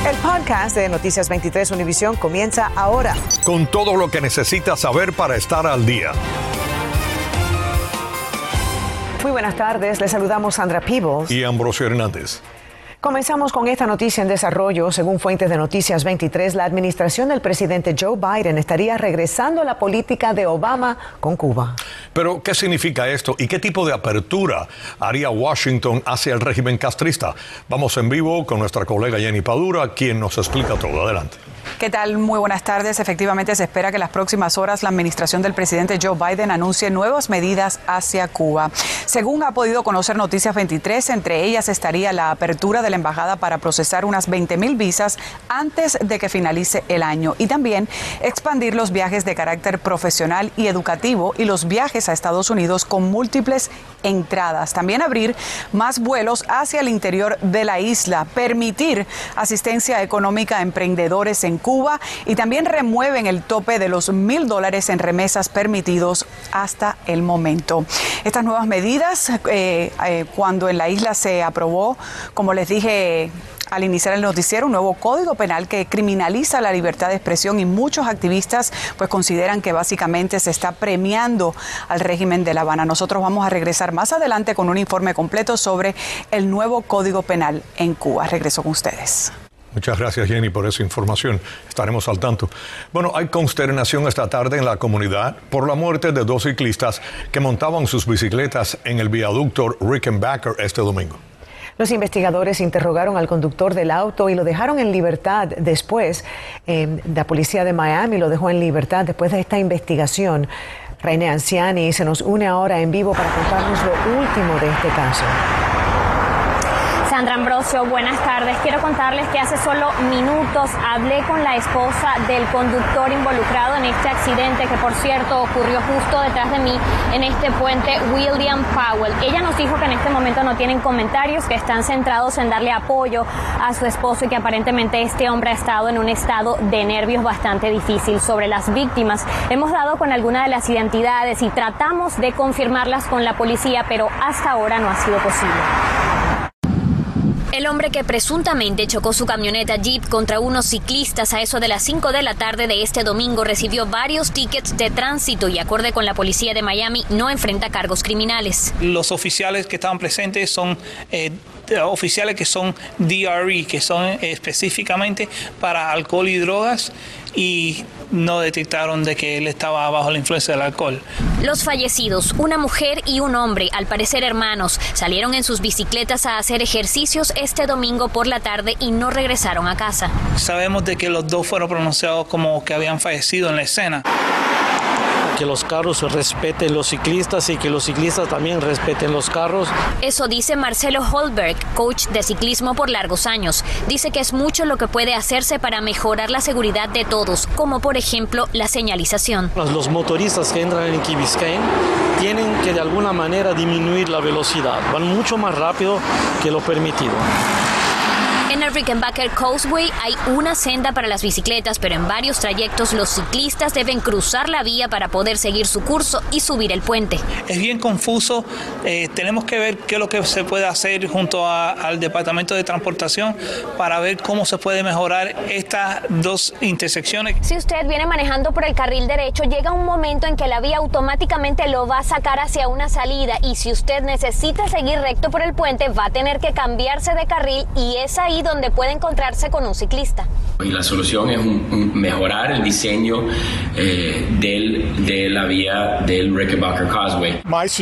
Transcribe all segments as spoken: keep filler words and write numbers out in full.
El podcast de Noticias veintitrés Univisión comienza ahora. Con todo lo que necesitas saber para estar al día. Muy buenas tardes, les saludamos Sandra Peebles y Ambrosio Hernández. Comenzamos con esta noticia en desarrollo. Según fuentes de Noticias veintitrés, la administración del presidente Joe Biden estaría regresando a la política de Obama con Cuba. Pero, ¿qué significa esto y qué tipo de apertura haría Washington hacia el régimen castrista? Vamos en vivo con nuestra colega Jenny Padura, quien nos explica todo. Adelante. ¿Qué tal? Muy buenas tardes. Efectivamente, se espera que en las próximas horas la administración del presidente Joe Biden anuncie nuevas medidas hacia Cuba. Según ha podido conocer Noticias veintitrés, entre ellas estaría la apertura de la embajada para procesar unas veinte mil visas antes de que finalice el año y también expandir los viajes de carácter profesional y educativo y los viajes a Estados Unidos con múltiples entradas. También abrir más vuelos hacia el interior de la isla, permitir asistencia económica a emprendedores en Cuba y también remueven el tope de los mil dólares en remesas permitidos hasta el momento. Estas nuevas medidas, eh, eh, cuando en la isla se aprobó, como les dije al iniciar el noticiero, un nuevo código penal que criminaliza la libertad de expresión y muchos activistas pues consideran que básicamente se está premiando al régimen de La Habana. Nosotros vamos a regresar más adelante con un informe completo sobre el nuevo código penal en Cuba. Regreso con ustedes. Muchas gracias, Jenny, por esa información. Estaremos al tanto. Bueno, hay consternación esta tarde en la comunidad por la muerte de dos ciclistas que montaban sus bicicletas en el viaducto Rickenbacker este domingo. Los investigadores interrogaron al conductor del auto y lo dejaron en libertad después. Eh, la policía de Miami lo dejó en libertad después de esta investigación. René Anciani se nos une ahora en vivo para contarnos lo último de este caso. Sandra, Ambrosio, buenas tardes. Quiero contarles que hace solo minutos hablé con la esposa del conductor involucrado en este accidente, que por cierto ocurrió justo detrás de mí en este puente, William Powell. Ella nos dijo que en este momento no tienen comentarios, que están centrados en darle apoyo a su esposo y que aparentemente este hombre ha estado en un estado de nervios bastante difícil. Sobre las víctimas, hemos dado con alguna de las identidades y tratamos de confirmarlas con la policía, pero hasta ahora no ha sido posible. El hombre que presuntamente chocó su camioneta Jeep contra unos ciclistas a eso de las cinco de la tarde de este domingo recibió varios tickets de tránsito y, acorde con la policía de Miami, no enfrenta cargos criminales. Los oficiales que estaban presentes son eh, oficiales que son D R E, que son específicamente para alcohol y drogas, y no detectaron de que él estaba bajo la influencia del alcohol. Los fallecidos, una mujer y un hombre, al parecer hermanos, salieron en sus bicicletas a hacer ejercicios este domingo por la tarde y no regresaron a casa. Sabemos de que los dos fueron pronunciados como que habían fallecido en la escena. Que los carros respeten los ciclistas y que los ciclistas también respeten los carros. Eso dice Marcelo Holberg, coach de ciclismo por largos años. Dice que es mucho lo que puede hacerse para mejorar la seguridad de todos, como por ejemplo la señalización. Los motoristas que entran en Key Biscayne tienen que de alguna manera disminuir la velocidad. Van mucho más rápido que lo permitido. En el Rickenbacker Causeway hay una senda para las bicicletas, pero en varios trayectos los ciclistas deben cruzar la vía para poder seguir su curso y subir el puente. Es bien confuso. Eh, tenemos que ver qué es lo que se puede hacer junto a, al Departamento de Transportación para ver cómo se puede mejorar estas dos intersecciones. Si usted viene manejando por el carril derecho, llega un momento en que la vía automáticamente lo va a sacar hacia una salida, y si usted necesita seguir recto por el puente, va a tener que cambiarse de carril, y es ahí donde puede encontrarse con un ciclista. Y la solución es un, un mejorar el diseño eh, del, de la vía del Rickenbacker Causeway.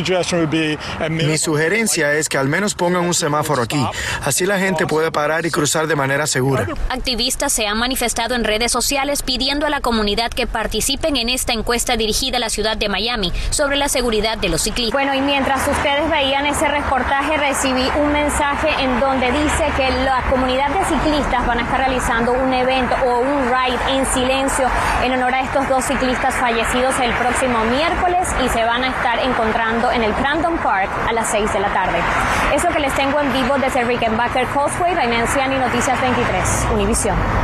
Mi sugerencia es que al menos pongan un semáforo aquí, así la gente puede parar y cruzar de manera segura. Activistas se han manifestado en redes sociales pidiendo a la comunidad que participen en esta encuesta dirigida a la ciudad de Miami sobre la seguridad de los ciclistas. Bueno, y mientras ustedes veían ese reportaje, recibí un mensaje en donde dice que la comunidad de ciclistas van a estar realizando un evento o un ride en silencio en honor a estos dos ciclistas fallecidos el próximo miércoles, y se van a estar encontrando en el Crandon Park a las seis de la tarde. Eso que les tengo en vivo desde Rickenbacker Causeway. René Anciani, Noticias veintitrés, Univisión.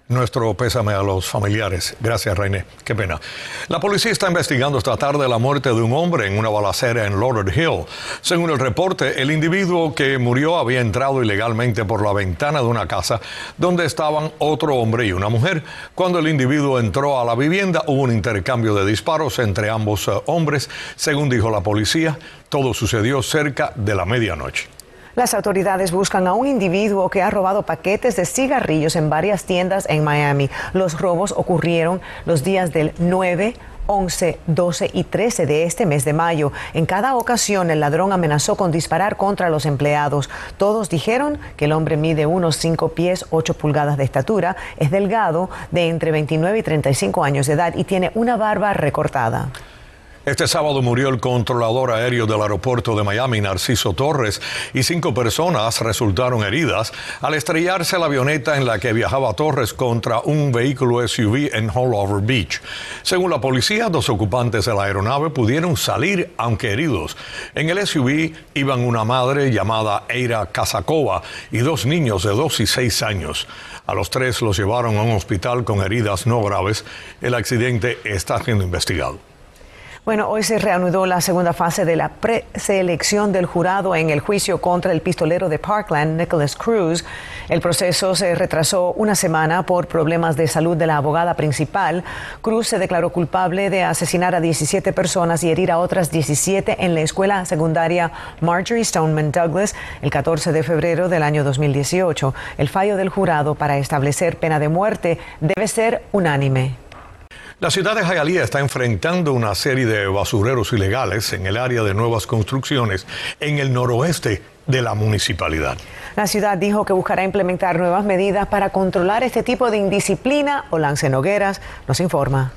Nuestro pésame a los familiares. Gracias, Reine. Qué pena. La policía está investigando esta tarde la muerte de un hombre en una balacera en Lauderdale Hill. Según el reporte, el individuo que murió había entrado ilegalmente por la ventana de una casa donde estaban otro hombre y una mujer. Cuando el individuo entró a la vivienda, hubo un intercambio de disparos entre ambos uh, hombres. Según dijo la policía, todo sucedió cerca de la medianoche. Las autoridades buscan a un individuo que ha robado paquetes de cigarrillos en varias tiendas en Miami. Los robos ocurrieron los días del nueve, once, doce y trece de este mes de mayo. En cada ocasión, el ladrón amenazó con disparar contra los empleados. Todos dijeron que el hombre mide unos cinco pies, ocho pulgadas de estatura, es delgado, de entre veintinueve y treinta y cinco años de edad y tiene una barba recortada. Este sábado murió el controlador aéreo del aeropuerto de Miami, Narciso Torres, y cinco personas resultaron heridas al estrellarse la avioneta en la que viajaba Torres contra un vehículo S U V en Haulover Beach. Según la policía, dos ocupantes de la aeronave pudieron salir, aunque heridos. En el S U V iban una madre llamada Eira Casacova y dos niños de dos y seis años. A los tres los llevaron a un hospital con heridas no graves. El accidente está siendo investigado. Bueno, hoy se reanudó la segunda fase de la preselección del jurado en el juicio contra el pistolero de Parkland, Nikolas Cruz. El proceso se retrasó una semana por problemas de salud de la abogada principal. Cruz se declaró culpable de asesinar a diecisiete personas y herir a otras diecisiete en la escuela secundaria Marjory Stoneman Douglas el catorce de febrero del año dos mil dieciocho. El fallo del jurado para establecer pena de muerte debe ser unánime. La ciudad de Hialeah está enfrentando una serie de basureros ilegales en el área de nuevas construcciones en el noroeste de la municipalidad. La ciudad dijo que buscará implementar nuevas medidas para controlar este tipo de indisciplina o lanzanogueras. Nos informa.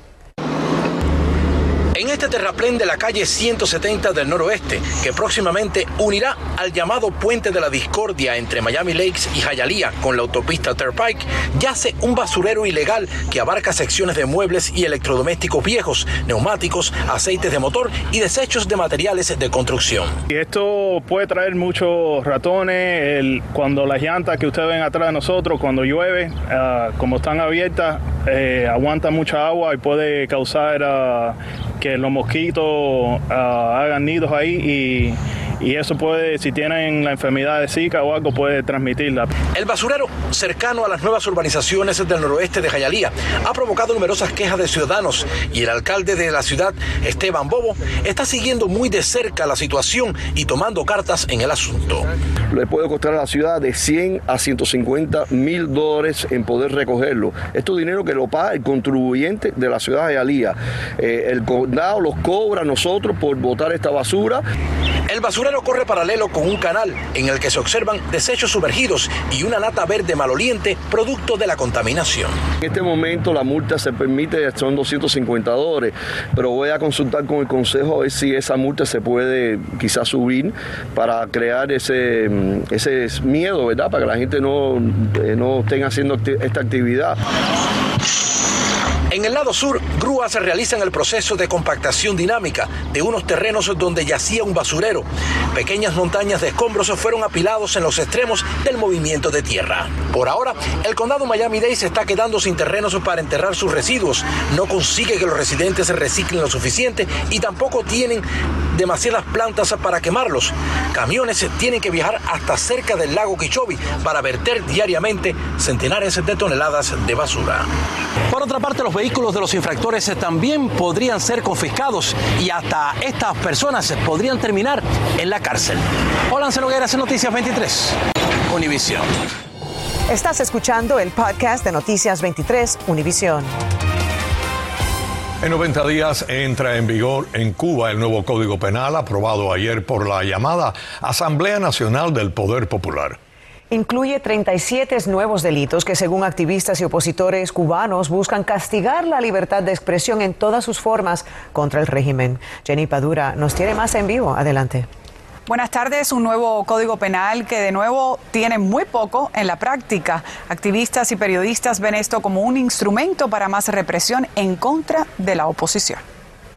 En este terraplén de la calle ciento setenta del noroeste, que próximamente unirá al llamado Puente de la Discordia entre Miami Lakes y Hialeah con la autopista Turnpike, yace un basurero ilegal que abarca secciones de muebles y electrodomésticos viejos, neumáticos, aceites de motor y desechos de materiales de construcción. Y esto puede traer muchos ratones, el, cuando las llantas que ustedes ven atrás de nosotros, cuando llueve, uh, como están abiertas, eh, aguantan mucha agua y puede causar uh, que los mosquitos uh, hagan nidos ahí y, y eso puede, si tienen la enfermedad de Zika o algo, puede transmitirla. El basurero, cercano a las nuevas urbanizaciones del noroeste de Hialeah, ha provocado numerosas quejas de ciudadanos y el alcalde de la ciudad, Esteban Bobo, está siguiendo muy de cerca la situación y tomando cartas en el asunto. Le puede costar a la ciudad de cien a ciento cincuenta mil dólares en poder recogerlo. Esto es dinero que lo paga el contribuyente de la ciudad de Hialeah. Eh, el condado los cobra a nosotros por botar esta basura. El basurero corre paralelo con un canal en el que se observan desechos sumergidos y una nata verde maloliente producto de la contaminación. En este momento la multa se permite, son doscientos cincuenta dólares, pero voy a consultar con el consejo a ver si esa multa se puede quizás subir para crear ese, ese miedo, ¿verdad? Para que la gente no, no esté haciendo esta actividad. En el lado sur, grúas realizan el proceso de compactación dinámica de unos terrenos donde yacía un basurero. Pequeñas montañas de escombros fueron apilados en los extremos del movimiento de tierra. Por ahora, el condado Miami-Dade se está quedando sin terrenos para enterrar sus residuos. No consigue que los residentes reciclen lo suficiente y tampoco tienen demasiadas plantas para quemarlos. Camiones tienen que viajar hasta cerca del lago Kichobi para verter diariamente centenares de toneladas de basura. Por otra parte, los vehículos de los infractores también podrían ser confiscados y hasta estas personas podrían terminar en la cárcel. Hola, Nogueras, Noticias veintitrés, Univisión. Estás escuchando el podcast de Noticias veintitrés, Univisión. En noventa días entra en vigor en Cuba el nuevo Código Penal aprobado ayer por la llamada Asamblea Nacional del Poder Popular. Incluye treinta y siete nuevos delitos que, según activistas y opositores cubanos, buscan castigar la libertad de expresión en todas sus formas contra el régimen. Jenny Padura nos tiene más en vivo. Adelante. Buenas tardes. Un nuevo código penal que de nuevo tiene muy poco en la práctica. Activistas y periodistas ven esto como un instrumento para más represión en contra de la oposición.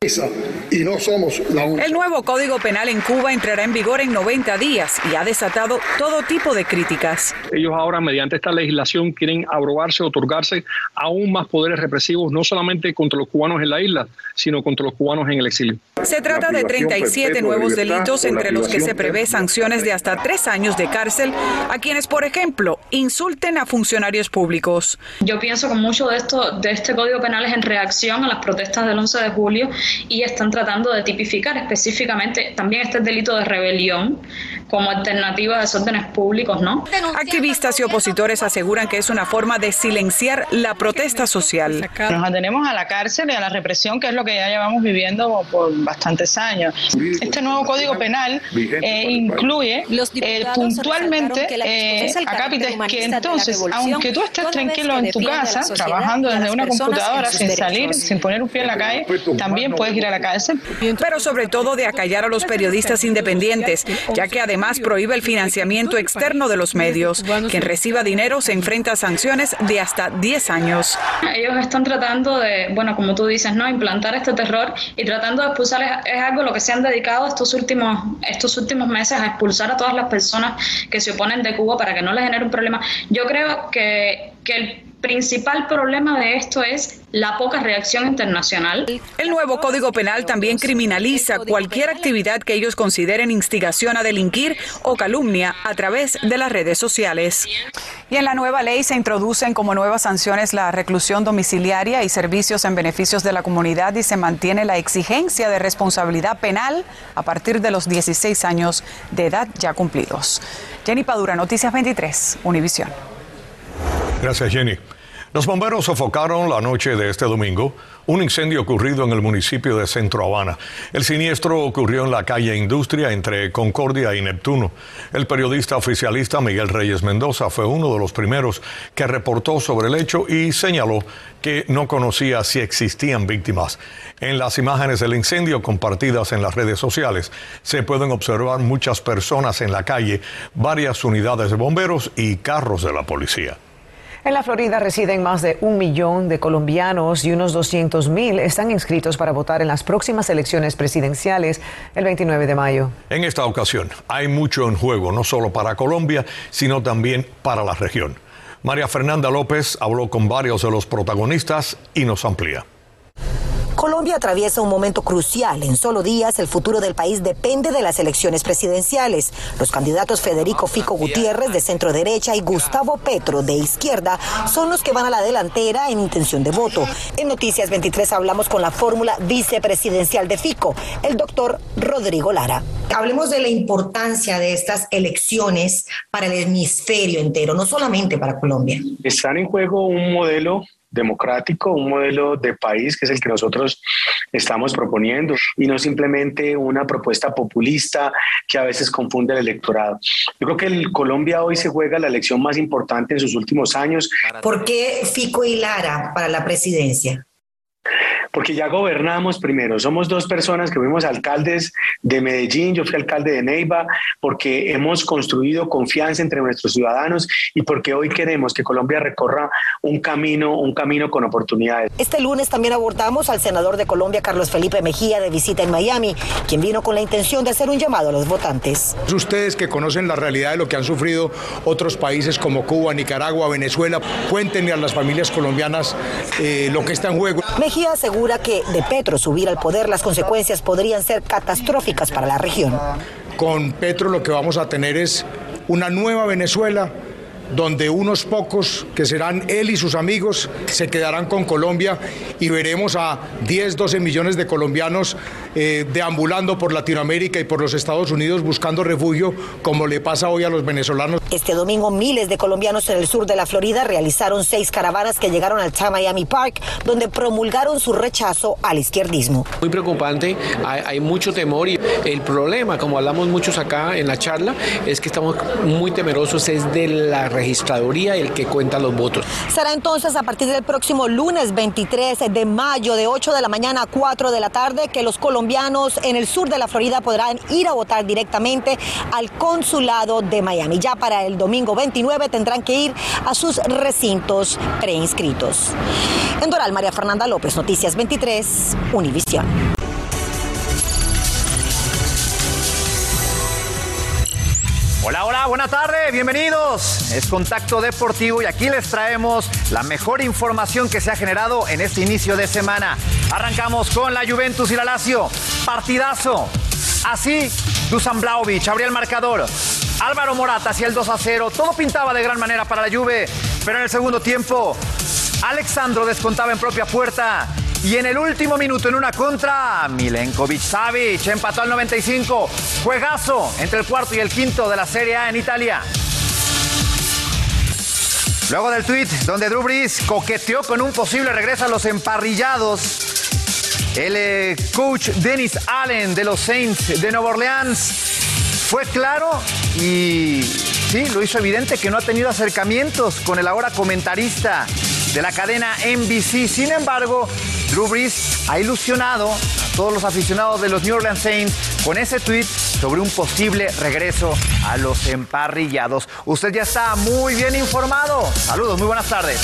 Y no somos la única. El nuevo Código Penal en Cuba entrará en vigor en noventa días y ha desatado todo tipo de críticas. Ellos ahora, mediante esta legislación, quieren abrogarse, otorgarse aún más poderes represivos, no solamente contra los cubanos en la isla, sino contra los cubanos en el exilio. Se trata de treinta y siete nuevos delitos, entre los que se prevé sanciones de hasta tres años de cárcel a quienes, por ejemplo, insulten a funcionarios públicos. Yo pienso que mucho de esto, de este Código Penal es en reacción a las protestas del once de julio y están tratando de tipificar específicamente también este delito de rebelión como alternativa a desórdenes públicos, ¿no? Activistas y opositores aseguran que es una forma de silenciar la protesta social. Nos atenemos a la cárcel y a la represión, que es lo que ya llevamos viviendo por bastantes años. Este nuevo Código Penal eh, incluye eh, puntualmente eh, acápites que entonces, aunque tú estés tranquilo en tu casa, trabajando desde una computadora, sin salir, sin poner un pie en la calle, también puedes ir a la cárcel. Pero sobre todo de acallar a los periodistas independientes, ya que además prohíbe el financiamiento externo de los medios. Quien reciba dinero se enfrenta a sanciones de hasta diez años. Ellos están tratando de, bueno, como tú dices, ¿no?, implantar este terror y tratando de expulsar, es, es algo a lo que se han dedicado estos últimos, estos últimos meses, a expulsar a todas las personas que se oponen de Cuba para que no les genere un problema. Yo creo que, que el principal problema de esto es la poca reacción internacional. El nuevo Código Penal también criminaliza cualquier actividad que ellos consideren instigación a delinquir o calumnia a través de las redes sociales. Y en la nueva ley se introducen como nuevas sanciones la reclusión domiciliaria y servicios en beneficios de la comunidad, y se mantiene la exigencia de responsabilidad penal a partir de los dieciséis años de edad ya cumplidos. Jenny Padura, Noticias veintitrés, Univisión. Gracias, Jenny. Los bomberos sofocaron la noche de este domingo un incendio ocurrido en el municipio de Centro Habana. El siniestro ocurrió en la calle Industria entre Concordia y Neptuno. El periodista oficialista Miguel Reyes Mendoza fue uno de los primeros que reportó sobre el hecho y señaló que no conocía si existían víctimas. En las imágenes del incendio compartidas en las redes sociales se pueden observar muchas personas en la calle, varias unidades de bomberos y carros de la policía. En la Florida residen más de un millón de colombianos y unos doscientos mil están inscritos para votar en las próximas elecciones presidenciales el veintinueve de mayo. En esta ocasión hay mucho en juego, no solo para Colombia, sino también para la región. María Fernanda López habló con varios de los protagonistas y nos amplía. Colombia atraviesa un momento crucial. En solo días, el futuro del país depende de las elecciones presidenciales. Los candidatos Federico Fico Gutiérrez, de centro derecha, y Gustavo Petro, de izquierda, son los que van a la delantera en intención de voto. En Noticias veintitrés hablamos con la fórmula vicepresidencial de Fico, el doctor Rodrigo Lara. Hablemos de la importancia de estas elecciones para el hemisferio entero, no solamente para Colombia. Están en juego un modelo democrático, un modelo de país que es el que nosotros estamos proponiendo, y no simplemente una propuesta populista que a veces confunde el electorado. Yo creo que el Colombia hoy se juega la elección más importante en sus últimos años. ¿Por qué Fico y Lara para la presidencia? Porque ya gobernamos primero, somos dos personas que fuimos alcaldes de Medellín, yo fui alcalde de Neiva, porque hemos construido confianza entre nuestros ciudadanos y porque hoy queremos que Colombia recorra un camino, un camino con oportunidades. Este lunes también abordamos al senador de Colombia, Carlos Felipe Mejía, de visita en Miami, quien vino con la intención de hacer un llamado a los votantes. Ustedes que conocen la realidad de lo que han sufrido otros países como Cuba, Nicaragua, Venezuela, cuéntenle a las familias colombianas eh, lo que está en juego. Mejía asegura que de Petro subir al poder las consecuencias podrían ser catastróficas para la región. Con Petro lo que vamos a tener es una nueva Venezuela, donde unos pocos, que serán él y sus amigos, se quedarán con Colombia, y veremos a diez, doce millones de colombianos eh, deambulando por Latinoamérica y por los Estados Unidos buscando refugio, como le pasa hoy a los venezolanos. Este domingo miles de colombianos en el sur de la Florida realizaron seis caravanas que llegaron al Miami Park, donde promulgaron su rechazo al izquierdismo. Muy preocupante, hay, hay mucho temor, y el problema, como hablamos muchos acá en la charla, es que estamos muy temerosos es de la registraduría y el que cuenta los votos. Será entonces a partir del próximo lunes veintitrés de mayo, de ocho de la mañana a cuatro de la tarde, que los colombianos en el sur de la Florida podrán ir a votar directamente al consulado de Miami. Ya para el domingo veintinueve tendrán que ir a sus recintos preinscritos. En Doral, María Fernanda López, Noticias veintitrés, Univisión. Hola, hola, buenas tardes, bienvenidos. Es Contacto Deportivo y aquí les traemos la mejor información que se ha generado en este inicio de semana. Arrancamos con la Juventus y la Lazio. Partidazo. Así, Dusan Vlahovic abría el marcador. Álvaro Morata hacía el dos a cero. Todo pintaba de gran manera para la Juve. Pero en el segundo tiempo, Alexandro descontaba en propia puerta. Y en el último minuto, en una contra, Milenkovic-Savic empató al noventa y cinco. Juegazo entre el cuarto y el quinto de la Serie A en Italia. Luego del tuit donde Drew Brees coqueteó con un posible regreso a los emparrillados, el eh, coach Dennis Allen de los Saints de Nueva Orleans fue claro y sí, lo hizo evidente que no ha tenido acercamientos con el ahora comentarista de la cadena N B C. Sin embargo, Drew Brees ha ilusionado a todos los aficionados de los New Orleans Saints con ese tuit sobre un posible regreso a los emparrillados. Usted ya está muy bien informado. Saludos, muy buenas tardes.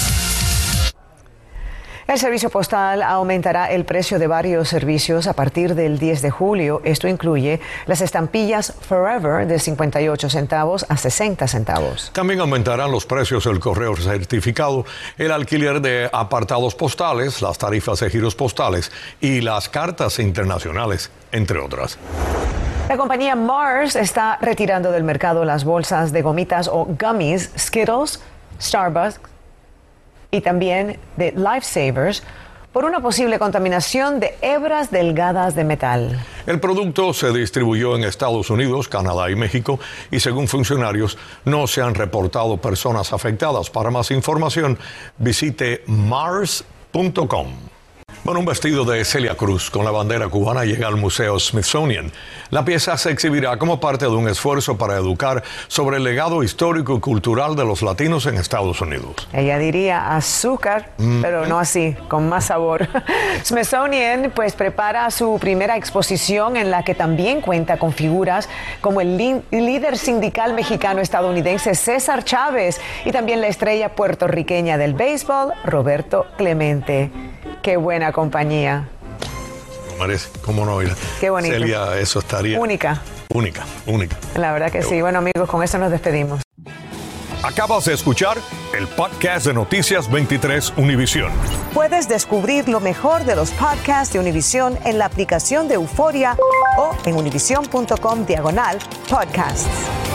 El servicio postal aumentará el precio de varios servicios a partir del diez de julio. Esto incluye las estampillas Forever de cincuenta y ocho centavos a sesenta centavos. También aumentarán los precios del correo certificado, el alquiler de apartados postales, las tarifas de giros postales y las cartas internacionales, entre otras. La compañía Mars está retirando del mercado las bolsas de gomitas o gummies Skittles, Starbucks y también de Lifesavers por una posible contaminación de hebras delgadas de metal. El producto se distribuyó en Estados Unidos, Canadá y México y según funcionarios no se han reportado personas afectadas. Para más información visite mars punto com. Bueno, un vestido de Celia Cruz con la bandera cubana llega al Museo Smithsonian. La pieza se exhibirá como parte de un esfuerzo para educar sobre el legado histórico y cultural de los latinos en Estados Unidos. Ella diría azúcar, mm. pero no así, con más sabor. Smithsonian pues prepara su primera exposición en la que también cuenta con figuras como el li- líder sindical mexicano estadounidense César Chávez y también la estrella puertorriqueña del béisbol Roberto Clemente. Qué buena compañía. Merece, cómo no. Qué bonito. Celia, eso estaría... Única. Única, única. La verdad que Qué sí. Bueno, amigos, con eso nos despedimos. Acabas de escuchar el podcast de Noticias veintitrés Univisión. Puedes descubrir lo mejor de los podcasts de Univisión en la aplicación de Euforia o en univision punto com diagonal podcasts.